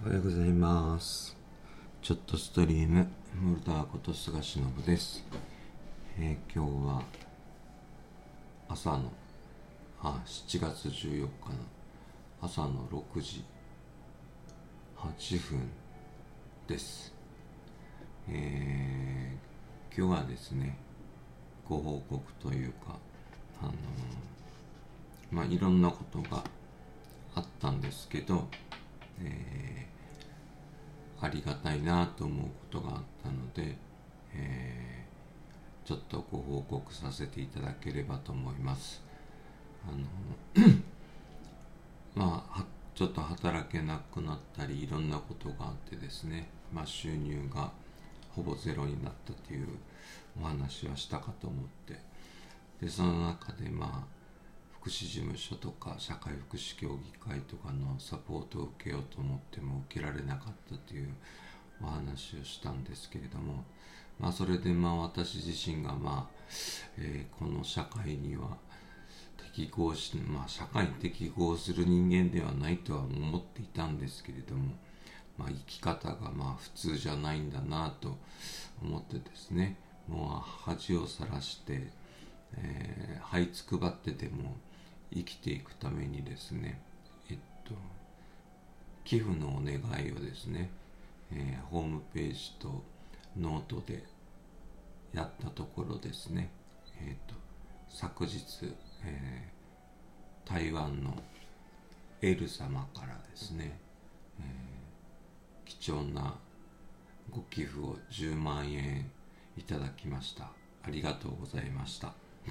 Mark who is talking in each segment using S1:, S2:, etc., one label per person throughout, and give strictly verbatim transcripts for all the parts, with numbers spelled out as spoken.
S1: おはようございます。ちょっとストリームモルターこと菅忍です。えー、今日は朝のあしちがつじゅうよっかの朝のろくじはっぷんです。えー、今日はですねご報告というかあのー、まあいろんなことがあったんですけど、えーありがたいなと思うことがあったので、えー、ちょっとご報告させていただければと思います。あのまあちょっと働けなくなったりいろんなことがあってですね、まあ、収入がほぼゼロになったというお話はしたかと思って、でその中でまあ福祉事務所とか社会福祉協議会とかのサポートを受けようと思っても受けられなかったというお話をしたんですけれども、まあそれでまあ私自身がまあ、えー、この社会には適合し、まあ社会に適合する人間ではないとは思っていたんですけれども、まあ生き方がまあ普通じゃないんだなと思ってですね、もう恥をさらして、えー、這いつくばってでも生きていくためにですね、えっと寄付のお願いをですね、えー、ホームページとノートでやったところですね、えっと昨日、えー、台湾のエル様からですね、えー、貴重なご寄付をじゅうまんえんいただきました。ありがとうございました。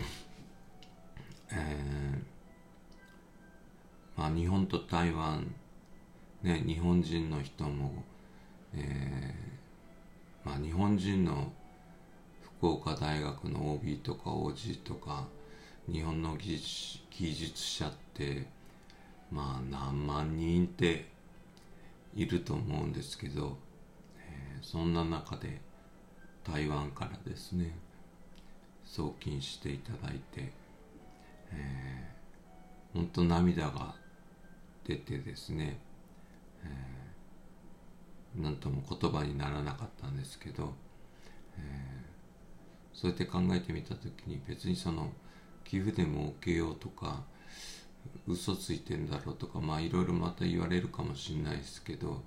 S1: えーまあ、日本と台湾、ね、日本人の人も、えーまあ、日本人の福岡大学の オービー とか オージー とか日本の技術、技術者ってまあ何万人っていると思うんですけど、えー、そんな中で台湾からですね送金していただいて、えー、本当涙が出てですね、えー、なんとも言葉にならなかったんですけど、えー、そうやって考えてみたときに別にその寄付でも受けようとか嘘ついてんだろうとかまあいろいろまた言われるかもしれないですけど、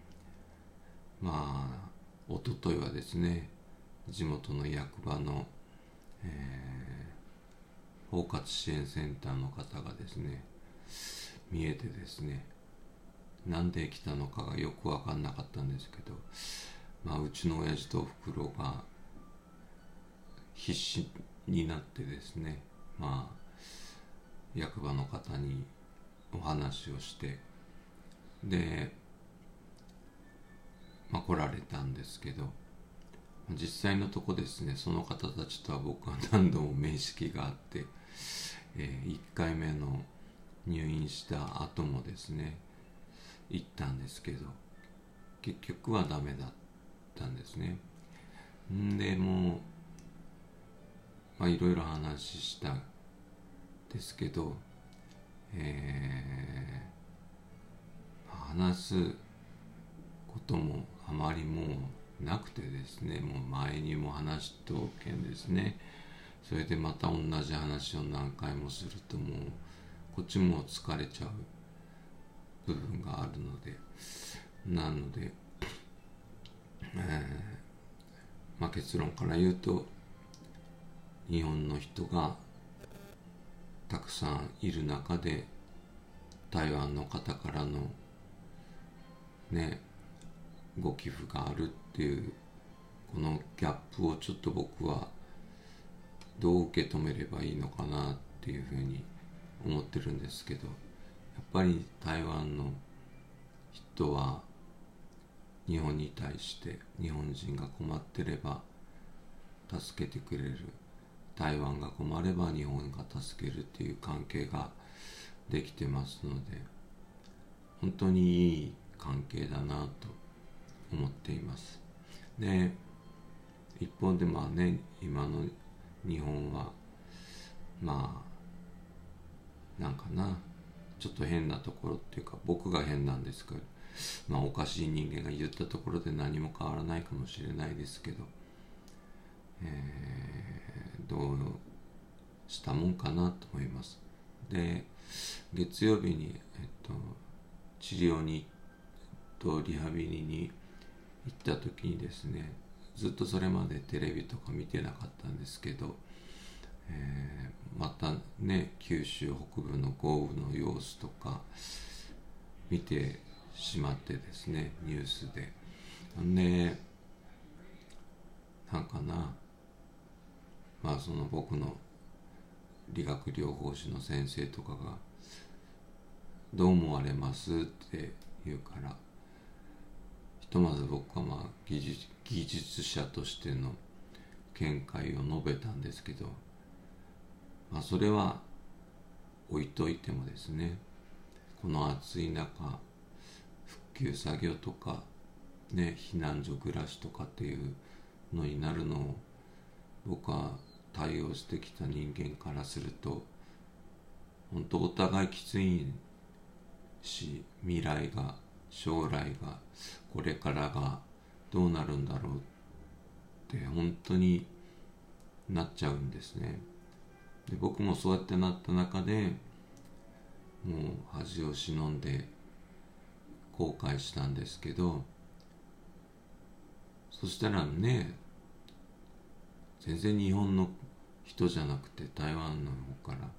S1: まあ一昨日はですね地元の役場の、えー、包括支援センターの方がですね見えてですね、なんで来たのかがよく分かんなかったんですけど、まあうちの親父とおふくろが必死になってですね、まあ役場の方にお話をして、で、まあ来られたんですけど、実際のとこですね、その方たちとは僕は何度も面識があって、えー、いっかいめの入院した後もですね行ったんですけど結局はダメだったんですね。んでもうまあいろいろ話したんですけど、えー、話すこともあまりもうなくてですね、もう前にも話しておけんですね、それでまた同じ話を何回もするともうこっちも疲れちゃう部分があるので、なので、えーまあ、結論から言うと日本の人がたくさんいる中で台湾の方からのねご寄付があるっていうこのギャップをちょっと僕はどう受け止めればいいのかなっていうふうに思ってるんですけど、やっぱり台湾の人は日本に対して日本人が困ってれば助けてくれる、台湾が困れば日本が助けるっていう関係ができてますので本当にいい関係だなと思っています。で一方でまあね今の日本はまあなんかなちょっと変なところっていうか僕が変なんですけどまあおかしい人間が言ったところで何も変わらないかもしれないですけど、えー、どうしたもんかなと思います。で、月曜日に、えっと、治療にとリハビリに行った時にですね、ずっとそれまでテレビとか見てなかったんですけど、えー、またね、九州北部の豪雨の様子とか見てしまってですね、ニュースで。で、なんかな、まあその僕の理学療法士の先生とかがどう思われますって言うから、ひとまず僕はまあ技術、技術者としての見解を述べたんですけど、まあそれは置いといてもですね、この暑い中復旧作業とかね、避難所暮らしとかっていうのになるのを僕は対応してきた人間からすると本当お互いきついし、未来が将来がこれからがどうなるんだろうって本当になっちゃうんですね。で、僕もそうやってなった中でもう恥を忍んで後悔したんですけど、そしたらね、全然日本の人じゃなくて台湾の方から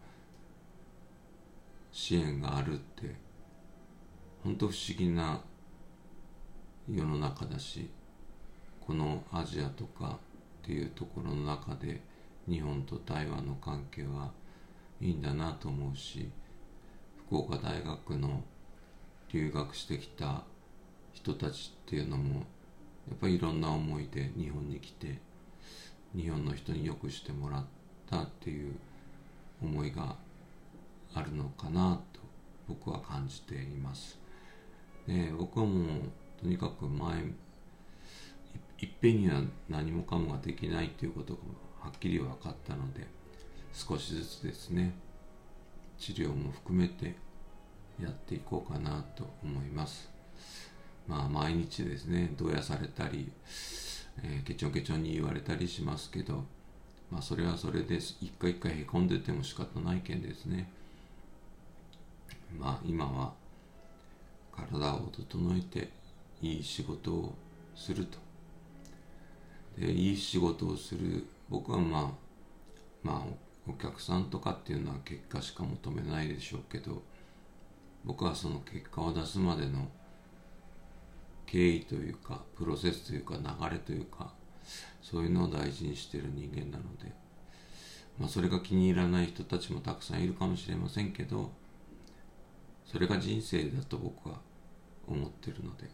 S1: 支援があるって本当不思議な世の中だし、このアジアとかっていうところの中で日本と台湾の関係はいいんだなと思うし、福岡大学の留学してきた人たちっていうのもやっぱりいろんな思いで日本に来て日本の人によくしてもらったっていう思いがあるのかなと僕は感じています。で、僕はもうとにかく前いっぺんには何もかもができないということがはっきり分かったので、少しずつですね、治療も含めてやっていこうかなと思います。まあ毎日ですね、どやされたり、えー、ケチョンケチョンに言われたりしますけど、まあそれはそれです。一回一回へこんでても仕方ないけんですね。まあ今は体を整えていい仕事をすると。で、いい仕事をする。僕はまあまあお客さんとかっていうのは結果しか求めないでしょうけど、僕はその結果を出すまでの経緯というかプロセスというか流れというか、そういうのを大事にしている人間なので、まあそれが気に入らない人たちもたくさんいるかもしれませんけど、それが人生だと僕は思っているので、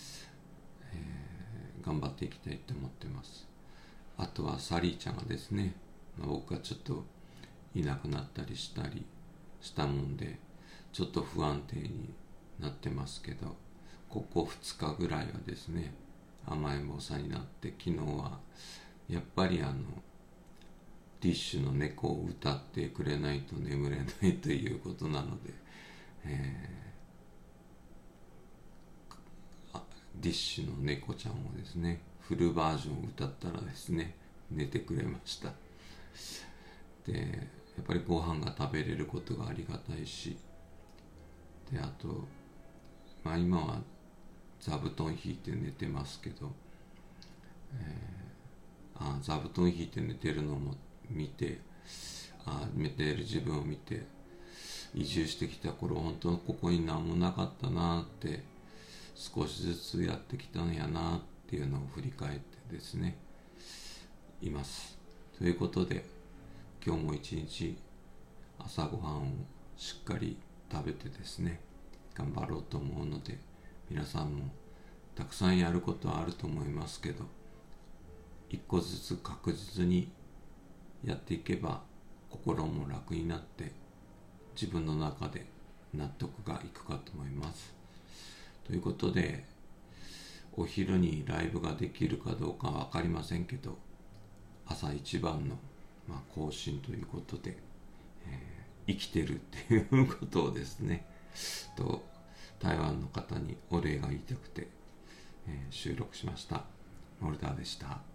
S1: えー、頑張っていきたいと思ってます。あとはサリーちゃんがですね、まあ、僕がちょっといなくなったりしたりしたもんでちょっと不安定になってますけど、ここふつかぐらいはですね甘えん坊さんになって、昨日はやっぱりあのディッシュの猫を歌ってくれないと眠れないということなので、えー、ディッシュの猫ちゃんをですねフルバージョンを歌ったらですね寝てくれました。で、やっぱりご飯が食べれることがありがたいし、で、あとまあ今は座布団引いて寝てますけど、えー、あ座布団引いて寝てるのも見て、あ寝てる自分を見て、移住してきた頃本当ここに何もなかったなって、少しずつやってきたんやなっていうのを振り返ってですねいます。ということで今日も一日朝ごはんをしっかり食べてですね頑張ろうと思うので、皆さんもたくさんやることはあると思いますけど、一個ずつ確実にやっていけば心も楽になって自分の中で納得がいくかと思います。ということで、お昼にライブができるかどうかは分かりませんけど、朝一番の、まあ、更新ということで、えー、生きてるっていうことをですねと台湾の方にお礼が言いたくて、えー収録しました。モルダーでした。